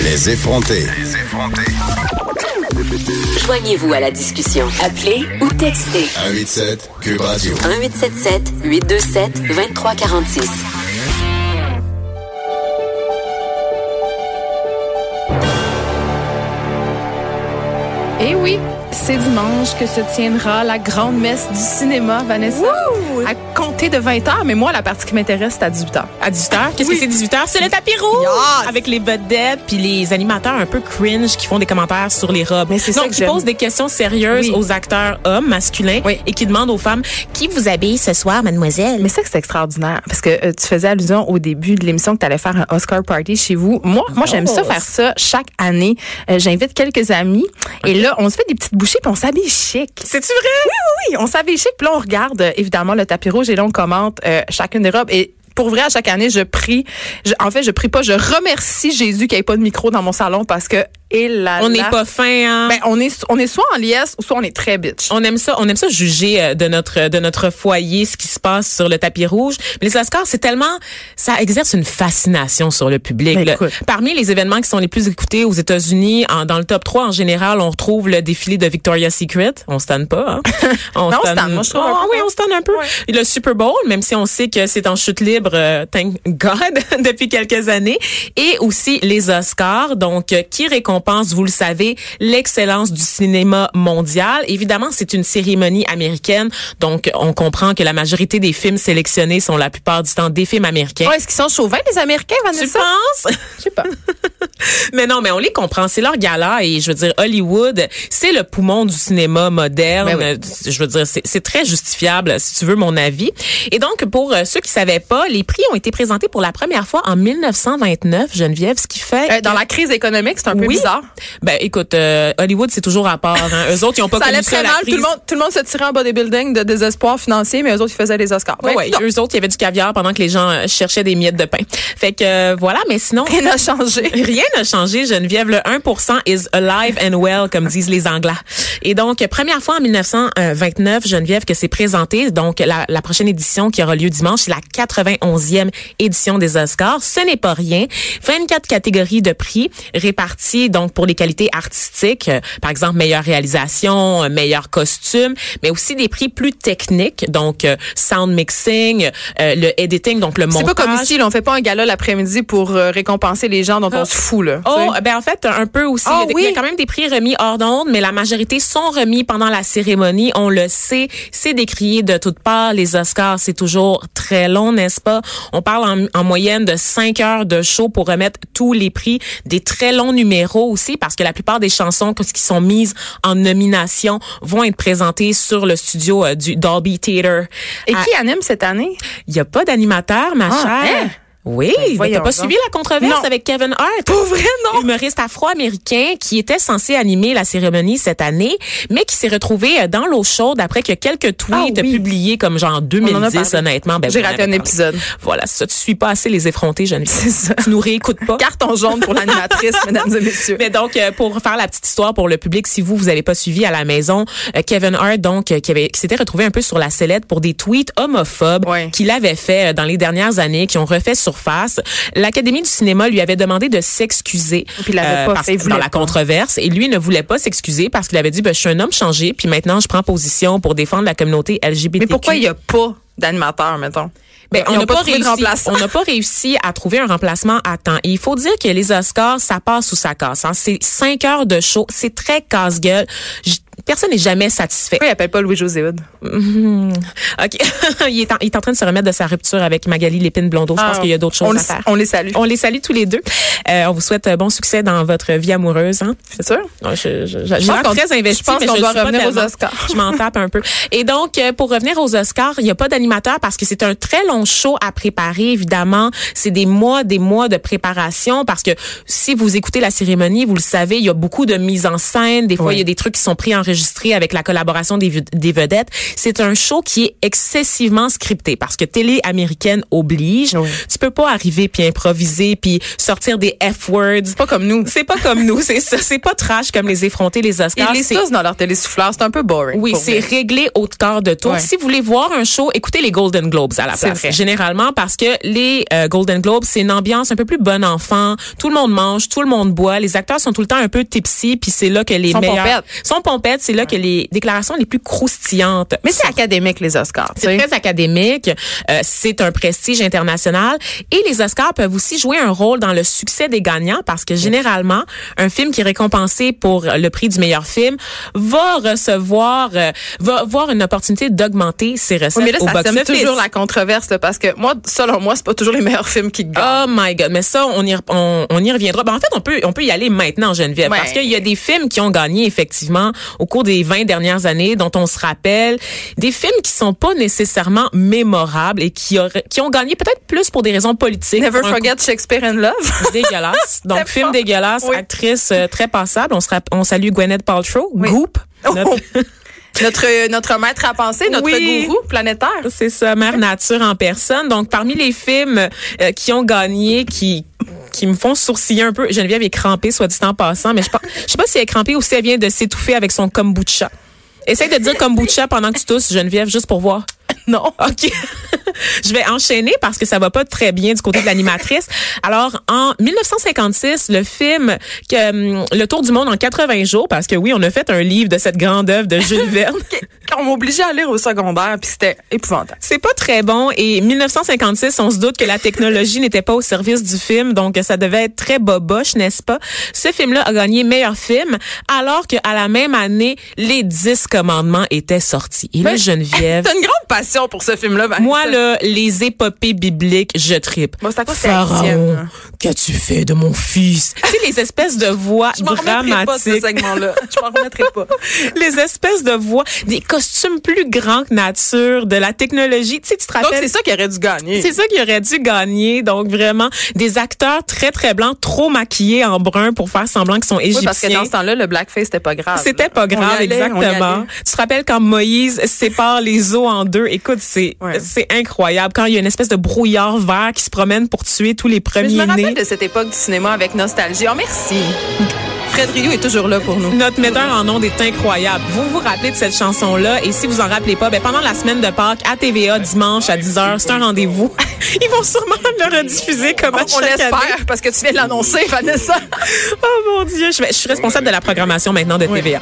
Les effrontés. Joignez-vous à la discussion. Appelez ou textez. 187 Cube Radio. 1877-827-2346. Eh oui, c'est dimanche que se tiendra la grande messe du cinéma, Vanessa. Wouh! À compter de 20h, mais moi, la partie qui m'intéresse, c'est à 18h. À 18h? Qu'est-ce que c'est 18h? C'est le tapis rouge! Yes! Avec les vedettes puis les animateurs un peu cringe qui font des commentaires sur les robes. Mais c'est ça Donc, que qui j'aime. posent des questions sérieuses aux acteurs hommes, masculins, et qui demandent aux femmes qui vous habille ce soir, mademoiselle? Mais c'est extraordinaire parce que tu faisais allusion au début de l'émission que tu allais faire un Oscar party chez vous. Moi j'aime ça faire ça chaque année. J'invite quelques amis et là on se fait des petites bouchées puis on s'habille chic. C'est-tu vrai? Oui, on s'habille chic puis là on regarde évidemment le tapis rouge et là on commente chacune des robes et pour vrai, à chaque année, je prie. Je prie pas, je remercie Jésus qu'il n'y ait pas de micro dans mon salon parce que on n'est pas fin, hein? Ben, on est soit en liesse ou soit on est très bitch. On aime ça juger de notre foyer, ce qui se passe sur le tapis rouge. Mais les Oscars, ça exerce une fascination sur le public. Ben, parmi les événements qui sont les plus écoutés aux États-Unis, dans le top 3 en général, on retrouve le défilé de Victoria's Secret. On se tanne pas, hein? On se tanne. Moi, je trouve oui, on se tanne un peu. Ouais. Et le Super Bowl, même si on sait que c'est en chute libre, thank God, depuis quelques années. Et aussi les Oscars, donc, qui récompensent, vous le savez, l'excellence du cinéma mondial. Évidemment, c'est une cérémonie américaine, donc on comprend que la majorité des films sélectionnés sont la plupart du temps des films américains. Oh, est-ce qu'ils sont chauvins, les Américains, Vanessa? Tu penses? Je sais pas. Mais non, mais on les comprend. C'est leur gala et je veux dire, Hollywood, c'est le poumon du cinéma moderne. Ben oui. Je veux dire, c'est très justifiable, si tu veux mon avis. Et donc, pour ceux qui savaient pas, les prix ont été présentés pour la première fois en 1929, Geneviève, ce qui fait... Dans la crise économique, c'est un peu bizarre. Ben, écoute, Hollywood, c'est toujours à part. Hein. Eux autres, ils ont pas connu ça, la crise. Tout le monde se tirait en bodybuilding de désespoir financier, mais eux autres, ils faisaient les Oscars. Oui, eux autres, il y avait du caviar pendant que les gens cherchaient des miettes de pain. Fait que, voilà, mais sinon... Rien n'a changé. Rien n'a changé, Geneviève. Le 1% is alive and well, comme disent les Anglais. Et donc, première fois en 1929, Geneviève, que c'est présenté. Donc, la prochaine édition qui aura lieu dimanche, c'est la 91e édition des Oscars. Ce n'est pas rien. 24 catégories de prix réparties, donc, pour les qualités artistiques. Par exemple, meilleure réalisation, meilleur costume, mais aussi des prix plus techniques. Donc, sound mixing, le editing, donc le montage. C'est pas comme ici, là, on fait pas un gala l'après-midi pour récompenser les gens dont on se fout, là. Ben en fait, un peu aussi. Il y a quand même des prix remis hors d'onde, mais la majorité sont remis pendant la cérémonie. On le sait, c'est décrié de toutes parts. Les Oscars, c'est toujours très long, n'est-ce pas? On parle en moyenne de 5 heures de show pour remettre tous les prix. Des très longs numéros aussi, parce que la plupart des chansons qui sont mises en nomination vont être présentées sur le studio du Dolby Theatre. Et qui anime cette année? Il n'y a pas d'animateur, ma chère. Hein? Oui, mais t'as pas suivi la controverse avec Kevin Hart? Pour vrai, non. Humoriste afro-américain qui était censé animer la cérémonie cette année, mais qui s'est retrouvé dans l'eau chaude après que quelques tweets publiés comme genre 2010, honnêtement. Ben, j'ai raté un épisode. Voilà, ça, tu suis pas assez les effrontés, Geneviève. C'est ça. Tu nous réécoutes pas. Carton jaune pour l'animatrice, mesdames et messieurs. Mais donc, pour faire la petite histoire pour le public, si vous avez pas suivi à la maison, Kevin Hart, donc, qui s'était retrouvé un peu sur la sellette pour des tweets homophobes qu'il avait fait dans les dernières années, qui ont refait surface. L'Académie du cinéma lui avait demandé de s'excuser dans la controverse, et lui ne voulait pas s'excuser parce qu'il avait dit, je suis un homme changé, puis maintenant je prends position pour défendre la communauté LGBTQ. Mais pourquoi il y a pas d'animateur, mettons? On n'a pas réussi à trouver un remplacement à temps. Et il faut dire que les Oscars, ça passe ou ça casse. Hein. C'est 5 heures de show. C'est très casse-gueule. Personne n'est jamais satisfait. Pourquoi il appelle pas Louis-José Hood? OK. il est en train de se remettre de sa rupture avec Magali Lépine-Blondeau. Je pense qu'il y a d'autres choses à faire. On les salue. On les salue tous les deux. On vous souhaite bon succès dans votre vie amoureuse. Hein? C'est sûr? Très investi, je pense qu'on doit revenir aux Oscars. Je m'en tape un peu. Et donc, pour revenir aux Oscars, il n'y a pas d'animateur parce que c'est un très long show à préparer, évidemment. C'est des mois de préparation parce que si vous écoutez la cérémonie, vous le savez, il y a beaucoup de mise en scène. Des fois, il y a des trucs qui sont pris en enregistré avec la collaboration des vedettes. C'est un show qui est excessivement scripté parce que télé américaine oblige. Oui. Tu peux pas arriver puis improviser puis sortir des F-words. C'est pas comme nous. C'est pas comme nous. C'est pas trash comme les effrontés, les Oscars. Ils lisent tous dans leur télésouffleur. C'est un peu boring. Oui, c'est réglé au quart de tour. Ouais. Si vous voulez voir un show, écoutez les Golden Globes à la place. Généralement parce que les Golden Globes, c'est une ambiance un peu plus bon enfant. Tout le monde mange, tout le monde boit. Les acteurs sont tout le temps un peu tipsy puis c'est là que les meilleurs sont pompettes. C'est là que les déclarations les plus croustillantes. Mais c'est académique, les Oscars. C'est très académique. C'est un prestige international. Et les Oscars peuvent aussi jouer un rôle dans le succès des gagnants parce que généralement, un film qui est récompensé pour le prix du meilleur film va avoir une opportunité d'augmenter ses recettes au box-office. Mais là, ça sème toujours la controverse, là, parce que moi, selon moi, c'est pas toujours les meilleurs films qui gagnent. Oh my God. Mais ça, on y reviendra. Ben, en fait, on peut y aller maintenant, Geneviève, parce qu'il y a des films qui ont gagné, effectivement, au cours des 20 dernières années, dont on se rappelle, des films qui sont pas nécessairement mémorables et qui ont gagné peut-être plus pour des raisons politiques. Never Forget Shakespeare in Love. Dégueulasse. Donc, film dégueulasse, actrice très passable. On salue Gwyneth Paltrow. Oui. Goop. Notre maître à penser, notre gourou planétaire. C'est ça, Mère Nature en personne. Donc, parmi les films qui ont gagné, qui me font sourciller un peu, Geneviève est crampée, soit dit en passant, mais je sais pas si elle est crampée ou si elle vient de s'étouffer avec son kombucha. Essaye de dire kombucha pendant que tu tousses, Geneviève, juste pour voir. Non. OK. Je vais enchaîner parce que ça va pas très bien du côté de l'animatrice. Alors, en 1956, le film Le Tour du monde en 80 jours, parce que oui, on a fait un livre de cette grande œuvre de Jules Verne. On m'obligeait à lire au secondaire, puis c'était épouvantable. C'est pas très bon. Et 1956, on se doute que la technologie n'était pas au service du film, donc ça devait être très boboche, n'est-ce pas? Ce film-là a gagné meilleur film, alors qu'à la même année, les 10 commandements étaient sortis. Et là, Geneviève... T'as une grande passion pour ce film-là, Vanessa. Moi, là, les épopées bibliques, je trippe. Bon, c'est à quoi Pharaon, qu'as-tu fait de mon fils? Tu sais, les espèces de voix dramatiques. Je m'en remettrai pas de ce segment-là. Je m'en remettrai pas. Les espèces de voix, des costumes plus grands que nature, de la technologie. Tu sais, tu te rappelles? Donc, c'est ça qui aurait dû gagner. C'est ça qui aurait dû gagner. Donc, vraiment, des acteurs très, très blancs, trop maquillés en brun pour faire semblant qu'ils sont égyptiens. Oui, parce que dans ce temps-là, le blackface, c'était pas grave. C'était pas grave, exactement. Tu te rappelles quand Moïse sépare les eaux en deux? Écoute, c'est incroyable. Quand il y a une espèce de brouillard vert qui se promène pour tuer tous les premiers-nés. Je me rappelle de cette époque du cinéma avec nostalgie. Oh, merci. Fred Rio est toujours là pour nous. Notre metteur en ondes est incroyable. Vous vous rappelez de cette chanson-là et si vous en rappelez pas, pendant la semaine de Pâques, à TVA, dimanche à 10h, c'est un rendez-vous. Ils vont sûrement le rediffuser comme à chaque année. On l'espère parce que tu viens de l'annoncer, Vanessa. Oh mon Dieu, je suis responsable de la programmation maintenant de TVA.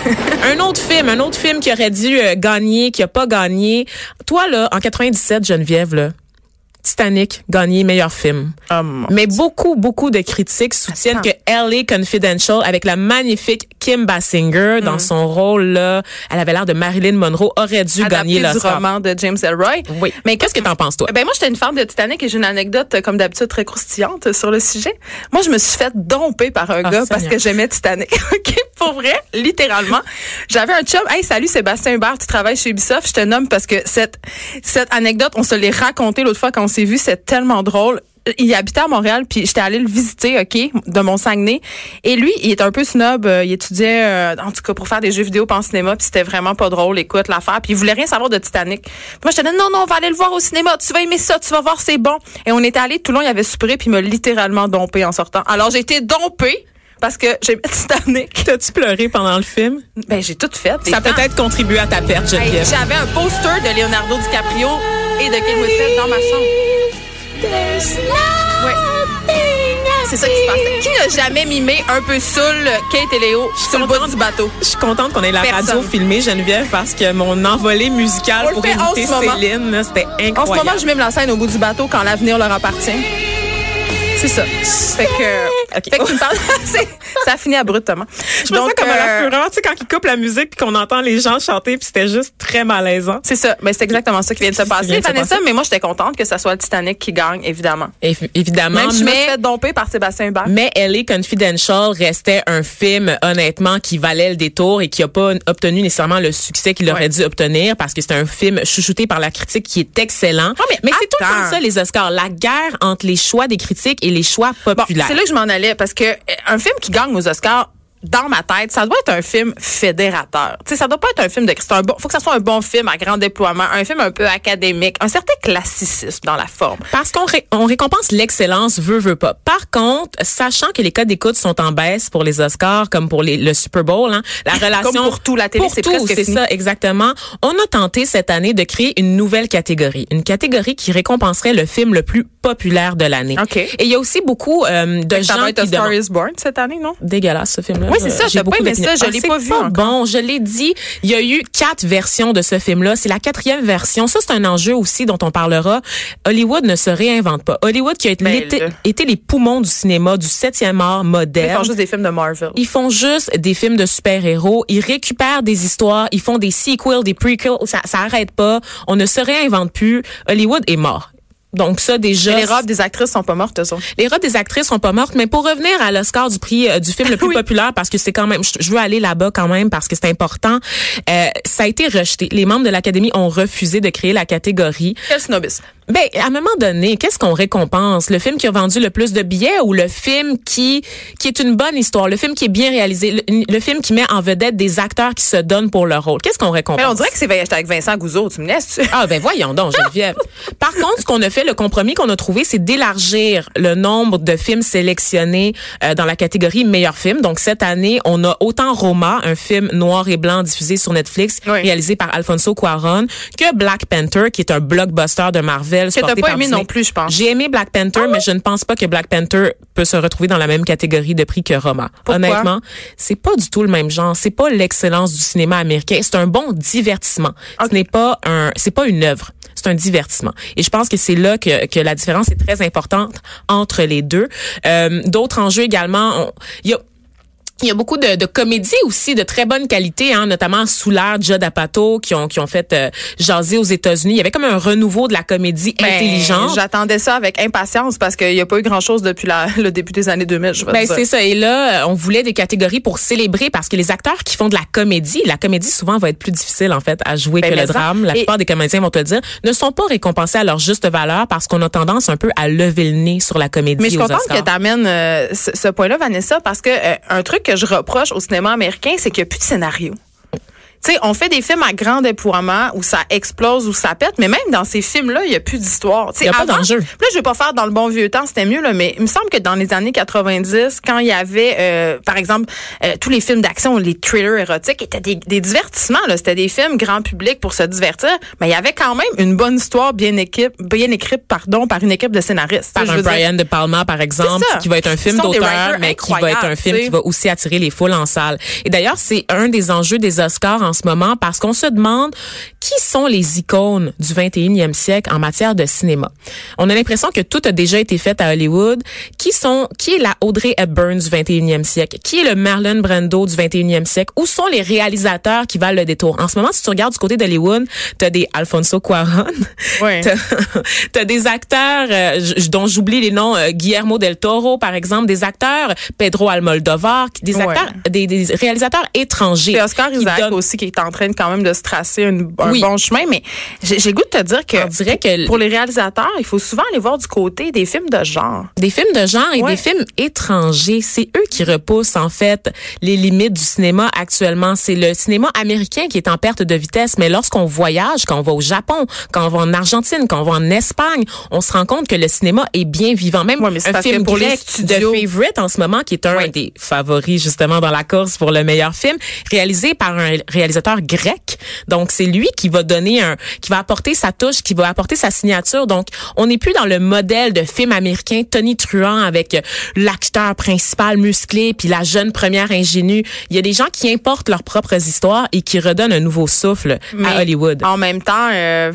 Un autre film qui aurait dû gagner, qui a pas gagné. Toi, là, en 97, Geneviève, là, Titanic, gagné meilleur film. Mais beaucoup de critiques soutiennent que LA Confidential, avec la magnifique Kim Basinger dans son rôle là, elle avait l'air de Marilyn Monroe, aurait dû gagner l'Oscar. Du roman de James Ellroy. Oui. Mais qu'est-ce que t'en penses, toi? Ben moi, j'étais une fan de Titanic et j'ai une anecdote, comme d'habitude, très croustillante sur le sujet. Moi, je me suis fait domper par un gars parce que j'aimais Titanic. OK? Pour vrai, littéralement. J'avais un chum. Hey, salut Sébastien Hubert, tu travailles chez Ubisoft. Je te nomme parce que cette anecdote, on se l'est racontée l'autre fois quand on s'est vu, c'est tellement drôle. Il habitait à Montréal, puis j'étais allée le visiter, OK, de mon Saguenay. Et lui, il est un peu snob. Il étudiait, en tout cas, pour faire des jeux vidéo en cinéma, puis c'était vraiment pas drôle, écoute, l'affaire. Puis il voulait rien savoir de Titanic. Puis moi, j'étais dit, non, on va aller le voir au cinéma. Tu vas aimer ça, tu vas voir, c'est bon. Et on était allés, tout le long, il avait soupiré, puis il m'a littéralement dompé en sortant. Alors, j'ai été dompée. Parce que j'ai Titanic. T'as-tu pleuré pendant le film? Ben, j'ai tout fait. Ça a peut-être contribué à ta perte, Geneviève. Hey, j'avais un poster de Leonardo DiCaprio et de Kate Winslet dans ma chambre. Ouais. C'est ça qui se passait. Qui n'a jamais mimé un peu saoul Kate et Léo sur le bout du bateau? Je suis contente qu'on ait la radio filmée, Geneviève, parce que mon envolée musicale pour imiter Céline, là, c'était incroyable. En ce moment, je mime la scène au bout du bateau quand l'avenir leur appartient. C'est ça. Fait que tu me parles, ça finit abruptement. Je me sens comme à la fureur, tu sais, quand ils coupent la musique puis qu'on entend les gens chanter puis c'était juste très malaisant. C'est ça. Ben, c'est exactement ça qui vient de se passer, Vanessa, mais moi, j'étais contente que ça soit le Titanic qui gagne, évidemment. Évidemment. Même si je me suis fait domper par Sébastien Hubert. Mais LA Confidential restait un film, honnêtement, qui valait le détour et qui a pas obtenu nécessairement le succès qu'il aurait dû obtenir parce que c'est un film chouchouté par la critique qui est excellent. Oh, mais c'est tout le temps ça, les Oscars. La guerre entre les choix des critiques et les choix populaires. Bon, c'est là que je m'en allais parce que un film qui gagne aux Oscars, dans ma tête, ça doit être un film fédérateur. Tu sais, ça doit pas être un film de... faut que ça soit un bon film à grand déploiement, un film un peu académique, un certain classicisme dans la forme. Parce qu'on récompense l'excellence, veut pas. Par contre, sachant que les codes d'écoute sont en baisse pour les Oscars, comme pour le Super Bowl, hein, la relation... Comme pour tout, la télé, c'est presque c'est fini. Ça, exactement. On a tenté cette année de créer une nouvelle catégorie. Une catégorie qui récompenserait le film le plus populaire de l'année. OK. Et il y a aussi beaucoup de gens ça va être qui Star is Born cette année, non? Dégueulasse, ce film-là. Oui, c'est ça. J'ai pas aimé ça. Je l'ai pas vu encore. Bon, je l'ai dit. Il y a eu 4 versions de ce film-là. C'est la 4e version. Ça, c'est un enjeu aussi dont on parlera. Hollywood ne se réinvente pas. Hollywood qui a été les poumons du cinéma, du 7e art moderne. Ils font juste des films de Marvel. Ils font juste des films de super-héros. Ils récupèrent des histoires. Ils font des sequels, des prequels. Ça arrête pas. On ne se réinvente plus. Hollywood est mort. Donc ça déjà. Mais les robes des actrices sont pas mortes, eux autres. Les robes des actrices sont pas mortes, mais pour revenir à l'Oscar du prix du film le plus populaire, parce que c'est quand même, je veux aller là-bas quand même parce que c'est important. Ça a été rejeté. Les membres de l'Académie ont refusé de créer la catégorie. Quel snobisme. Ben, à un moment donné, qu'est-ce qu'on récompense? Le film qui a vendu le plus de billets ou le film qui est une bonne histoire? Le film qui est bien réalisé? Le film qui met en vedette des acteurs qui se donnent pour leur rôle? Qu'est-ce qu'on récompense? Mais on dirait que c'est avec Vincent Gouzeau, tu me laisses? Ah, ben voyons donc, Geneviève. Par contre, ce qu'on a fait, le compromis qu'on a trouvé, c'est d'élargir le nombre de films sélectionnés dans la catégorie meilleur film. Donc, cette année, on a autant Roma, un film noir et blanc diffusé sur Netflix, réalisé par Alfonso Cuarón, que Black Panther, qui est un blockbuster de Marvel. Que t'as pas aimé non plus, je pense. J'ai aimé Black Panther, mais je ne pense pas que Black Panther peut se retrouver dans la même catégorie de prix que Roma. Pourquoi? Honnêtement, c'est pas du tout le même genre. C'est pas l'excellence du cinéma américain. C'est un bon divertissement. Okay. C'est pas une œuvre. C'est un divertissement. Et je pense que c'est là que la différence est très importante entre les deux. D'autres enjeux également, il y a beaucoup de comédies aussi de très bonne qualité, hein, notamment Sous l'air, Judd Apatow, qui ont fait jaser aux États-Unis. Il y avait comme un renouveau de la comédie intelligente. J'attendais ça avec impatience parce qu'il n'y a pas eu grand-chose depuis le début des années 2000, je veux dire. C'est ça. Et là, on voulait des catégories pour célébrer parce que les acteurs qui font de la comédie souvent va être plus difficile en fait à jouer que le drame. La plupart des comédiens vont te le dire, ne sont pas récompensés à leur juste valeur parce qu'on a tendance un peu à lever le nez sur la comédie. Mais je suis contente que tu amènes ce point-là, Vanessa, parce que un truc que je reproche au cinéma américain, c'est qu'il n'y a plus de scénario. Tu sais, on fait des films à grand déploiement où ça explose, où ça pète, mais même dans ces films-là, il n'y a plus d'histoire. Il n'y a pas d'enjeu. Là, je vais pas faire dans le bon vieux temps, c'était mieux, là, mais il me semble que dans les années 90, quand il y avait, par exemple, tous les films d'action, les thrillers érotiques, étaient des divertissements, là. C'était des films grand public pour se divertir, mais il y avait quand même une bonne histoire bien écrite, par une équipe de scénaristes. Par un Brian De Palma, par exemple, qui va être un film d'auteur, mais qui va être un film qui va aussi attirer les foules en salle. Et d'ailleurs, c'est un des enjeux des Oscars en ce moment parce qu'on se demande qui sont les icônes du 21e siècle en matière de cinéma. On a l'impression que tout a déjà été fait à Hollywood. Qui est la Audrey Hepburn du 21e siècle? Qui est le Marlon Brando du 21e siècle? Où sont les réalisateurs qui valent le détour? En ce moment, si tu regardes du côté d'Hollywood, t'as des Alfonso Cuarón. Oui. T'as des acteurs dont j'oublie les noms, Guillermo del Toro, par exemple, des acteurs Pedro Almodovar, des acteurs, des réalisateurs étrangers. C'est Oscar Isaac aussi qui est en train quand même de se tracer un bon chemin, mais j'ai le goût de te dire que pour les réalisateurs, il faut souvent aller voir du côté des films de genre. Des films de genre et des films étrangers. C'est eux qui repoussent, en fait, les limites du cinéma actuellement. C'est le cinéma américain qui est en perte de vitesse, mais lorsqu'on voyage, quand on va au Japon, quand on va en Argentine, quand on va en Espagne, on se rend compte que le cinéma est bien vivant. Même un film pour grec de Favorite en ce moment, qui est un des favoris justement dans la course pour le meilleur film, réalisé par un réalisateur grec. Donc, c'est lui qui va qui va apporter sa touche, qui va apporter sa signature. Donc, on n'est plus dans le modèle de film américain Tony Truant avec l'acteur principal musclé puis la jeune première ingénue. Il y a des gens qui importent leurs propres histoires et qui redonnent un nouveau souffle à Hollywood. En même temps,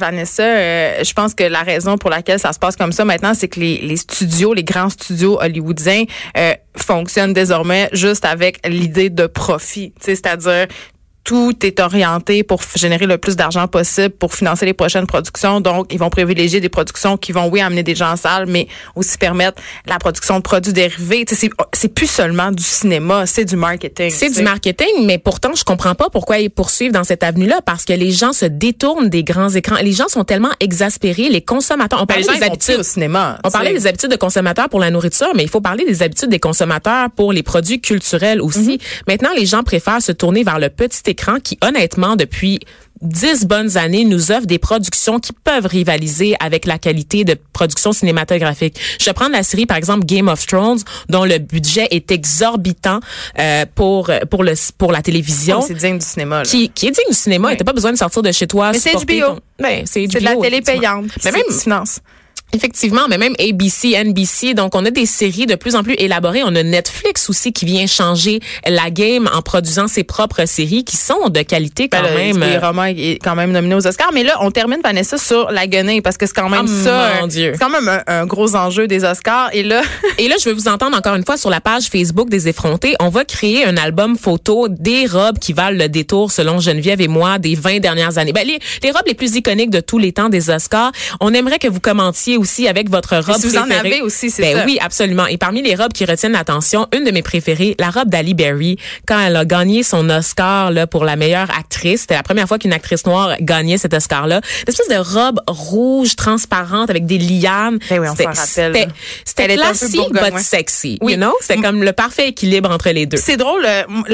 Vanessa, je pense que la raison pour laquelle ça se passe comme ça maintenant, c'est que les studios, les grands studios hollywoodiens fonctionnent désormais juste avec l'idée de profit. C'est-à-dire tout est orienté pour générer le plus d'argent possible pour financer les prochaines productions. Donc, ils vont privilégier des productions qui vont, oui, amener des gens en salle, mais aussi permettre la production de produits dérivés. Tu sais, c'est plus seulement du cinéma, c'est du marketing. C'est du marketing, mais pourtant, je comprends pas pourquoi ils poursuivent dans cette avenue-là, parce que les gens se détournent des grands écrans. Les gens sont tellement exaspérés, les consommateurs. On parlait des habitudes au cinéma. On parlait des habitudes de consommateurs pour la nourriture, mais il faut parler des habitudes des consommateurs pour les produits culturels aussi. Maintenant, les gens préfèrent se tourner vers le petit écran qui, honnêtement, depuis 10 bonnes années, nous offre des productions qui peuvent rivaliser avec la qualité de production cinématographique. Je vais prendre la série, par exemple, Game of Thrones, dont le budget est exorbitant pour la télévision. Oh, c'est digne du cinéma. Là. Qui est digne du cinéma. Oui. T'as pas besoin de sortir de chez toi. Mais c'est HBO. C'est de la télé payante. Mais même finance. Effectivement, mais même ABC, NBC, donc on a des séries de plus en plus élaborées. On a Netflix aussi qui vient changer la game en produisant ses propres séries qui sont de qualité quand même. Les romans est quand même nominé aux Oscars. Mais là, on termine, Vanessa, sur La Guenille parce que c'est quand même c'est quand même un gros enjeu des Oscars. Et là, je veux vous entendre encore une fois sur la page Facebook des Effrontés. On va créer un album photo des robes qui valent le détour, selon Geneviève et moi, des 20 dernières années. Ben, les robes les plus iconiques de tous les temps des Oscars. On aimerait que vous commentiez aussi avec votre robe préférée. Vous en avez aussi, c'est ça. Oui, absolument. Et parmi les robes qui retiennent l'attention, une de mes préférées, la robe d'Halle Berry, quand elle a gagné son Oscar là pour la meilleure actrice. C'était la première fois qu'une actrice noire gagnait cet Oscar-là. Une espèce de robe rouge, transparente, avec des lianes. Oui, on s'en rappelle. C'était classique, but sexy. Oui. You know? C'était comme le parfait équilibre entre les deux. C'est drôle,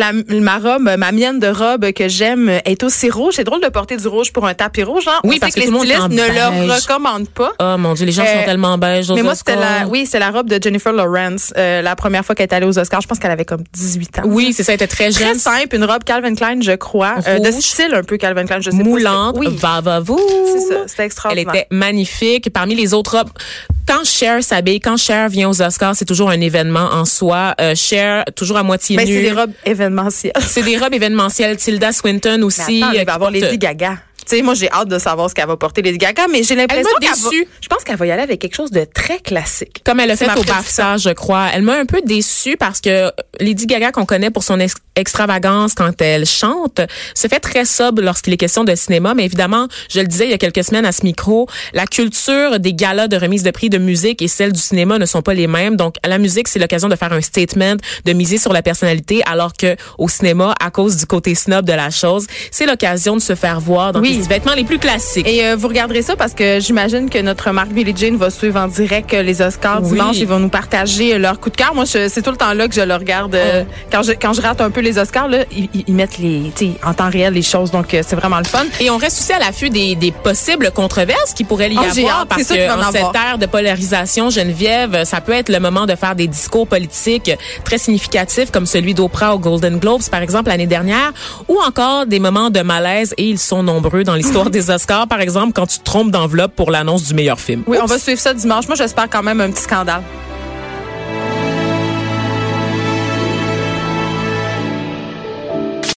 ma mienne de robe que j'aime est aussi rouge. C'est drôle de porter du rouge pour un tapis rouge, hein? Oui, parce que les stylistes ne le recommandent pas. Oh mon Dieu, les gens sont tellement beige. Mais moi, c'est la robe de Jennifer Lawrence. La première fois qu'elle est allée aux Oscars, je pense qu'elle avait comme 18 ans. Oui, c'est ça, elle était très jeune. Très simple, une robe Calvin Klein, je crois. De style un peu Calvin Klein, je sais moulante, pas. Oui. Va-vous. C'est ça, c'était extraordinaire. Elle était magnifique. Parmi les autres robes, quand Cher s'habille, quand Cher vient aux Oscars, c'est toujours un événement en soi. Cher, toujours à moitié nue. C'est des robes événementielles. C'est des robes événementielles. Tilda Swinton aussi. Mais attends, il va avoir Lady Gaga. Tu sais, moi, j'ai hâte de savoir ce qu'elle va porter Lady Gaga, mais j'ai l'impression je pense qu'elle va y aller avec quelque chose de très classique. Comme elle a fait au BAFTA, je crois. Elle m'a un peu déçue parce que Lady Gaga, qu'on connaît pour son extravagance quand elle chante, se fait très sobre lorsqu'il est question de cinéma. Mais évidemment, je le disais il y a quelques semaines à ce micro, la culture des galas de remise de prix de musique et celle du cinéma ne sont pas les mêmes. Donc, la musique, c'est l'occasion de faire un statement, de miser sur la personnalité, alors que au cinéma, à cause du côté snob de la chose, c'est l'occasion de se faire voir dans les vêtements les plus classiques. Et vous regarderez ça parce que j'imagine que notre marque Billie Jean va suivre en direct les Oscars dimanche. Ils vont nous partager leur coup de cœur. Moi, c'est tout le temps là que je le regarde. Quand je rate un peu les Oscars, là, ils mettent en temps réel les choses. Donc, c'est vraiment le fun. Et on reste aussi à l'affût des possibles controverses qui pourraient y avoir parce que en cette ère de polarisation, Geneviève, ça peut être le moment de faire des discours politiques très significatifs comme celui d'Oprah au Golden Globes, par exemple, l'année dernière, ou encore des moments de malaise, et ils sont nombreux dans l'histoire des Oscars, par exemple, quand tu te trompes d'enveloppe pour l'annonce du meilleur film. Oui, on va suivre ça dimanche. Moi, j'espère quand même un petit scandale.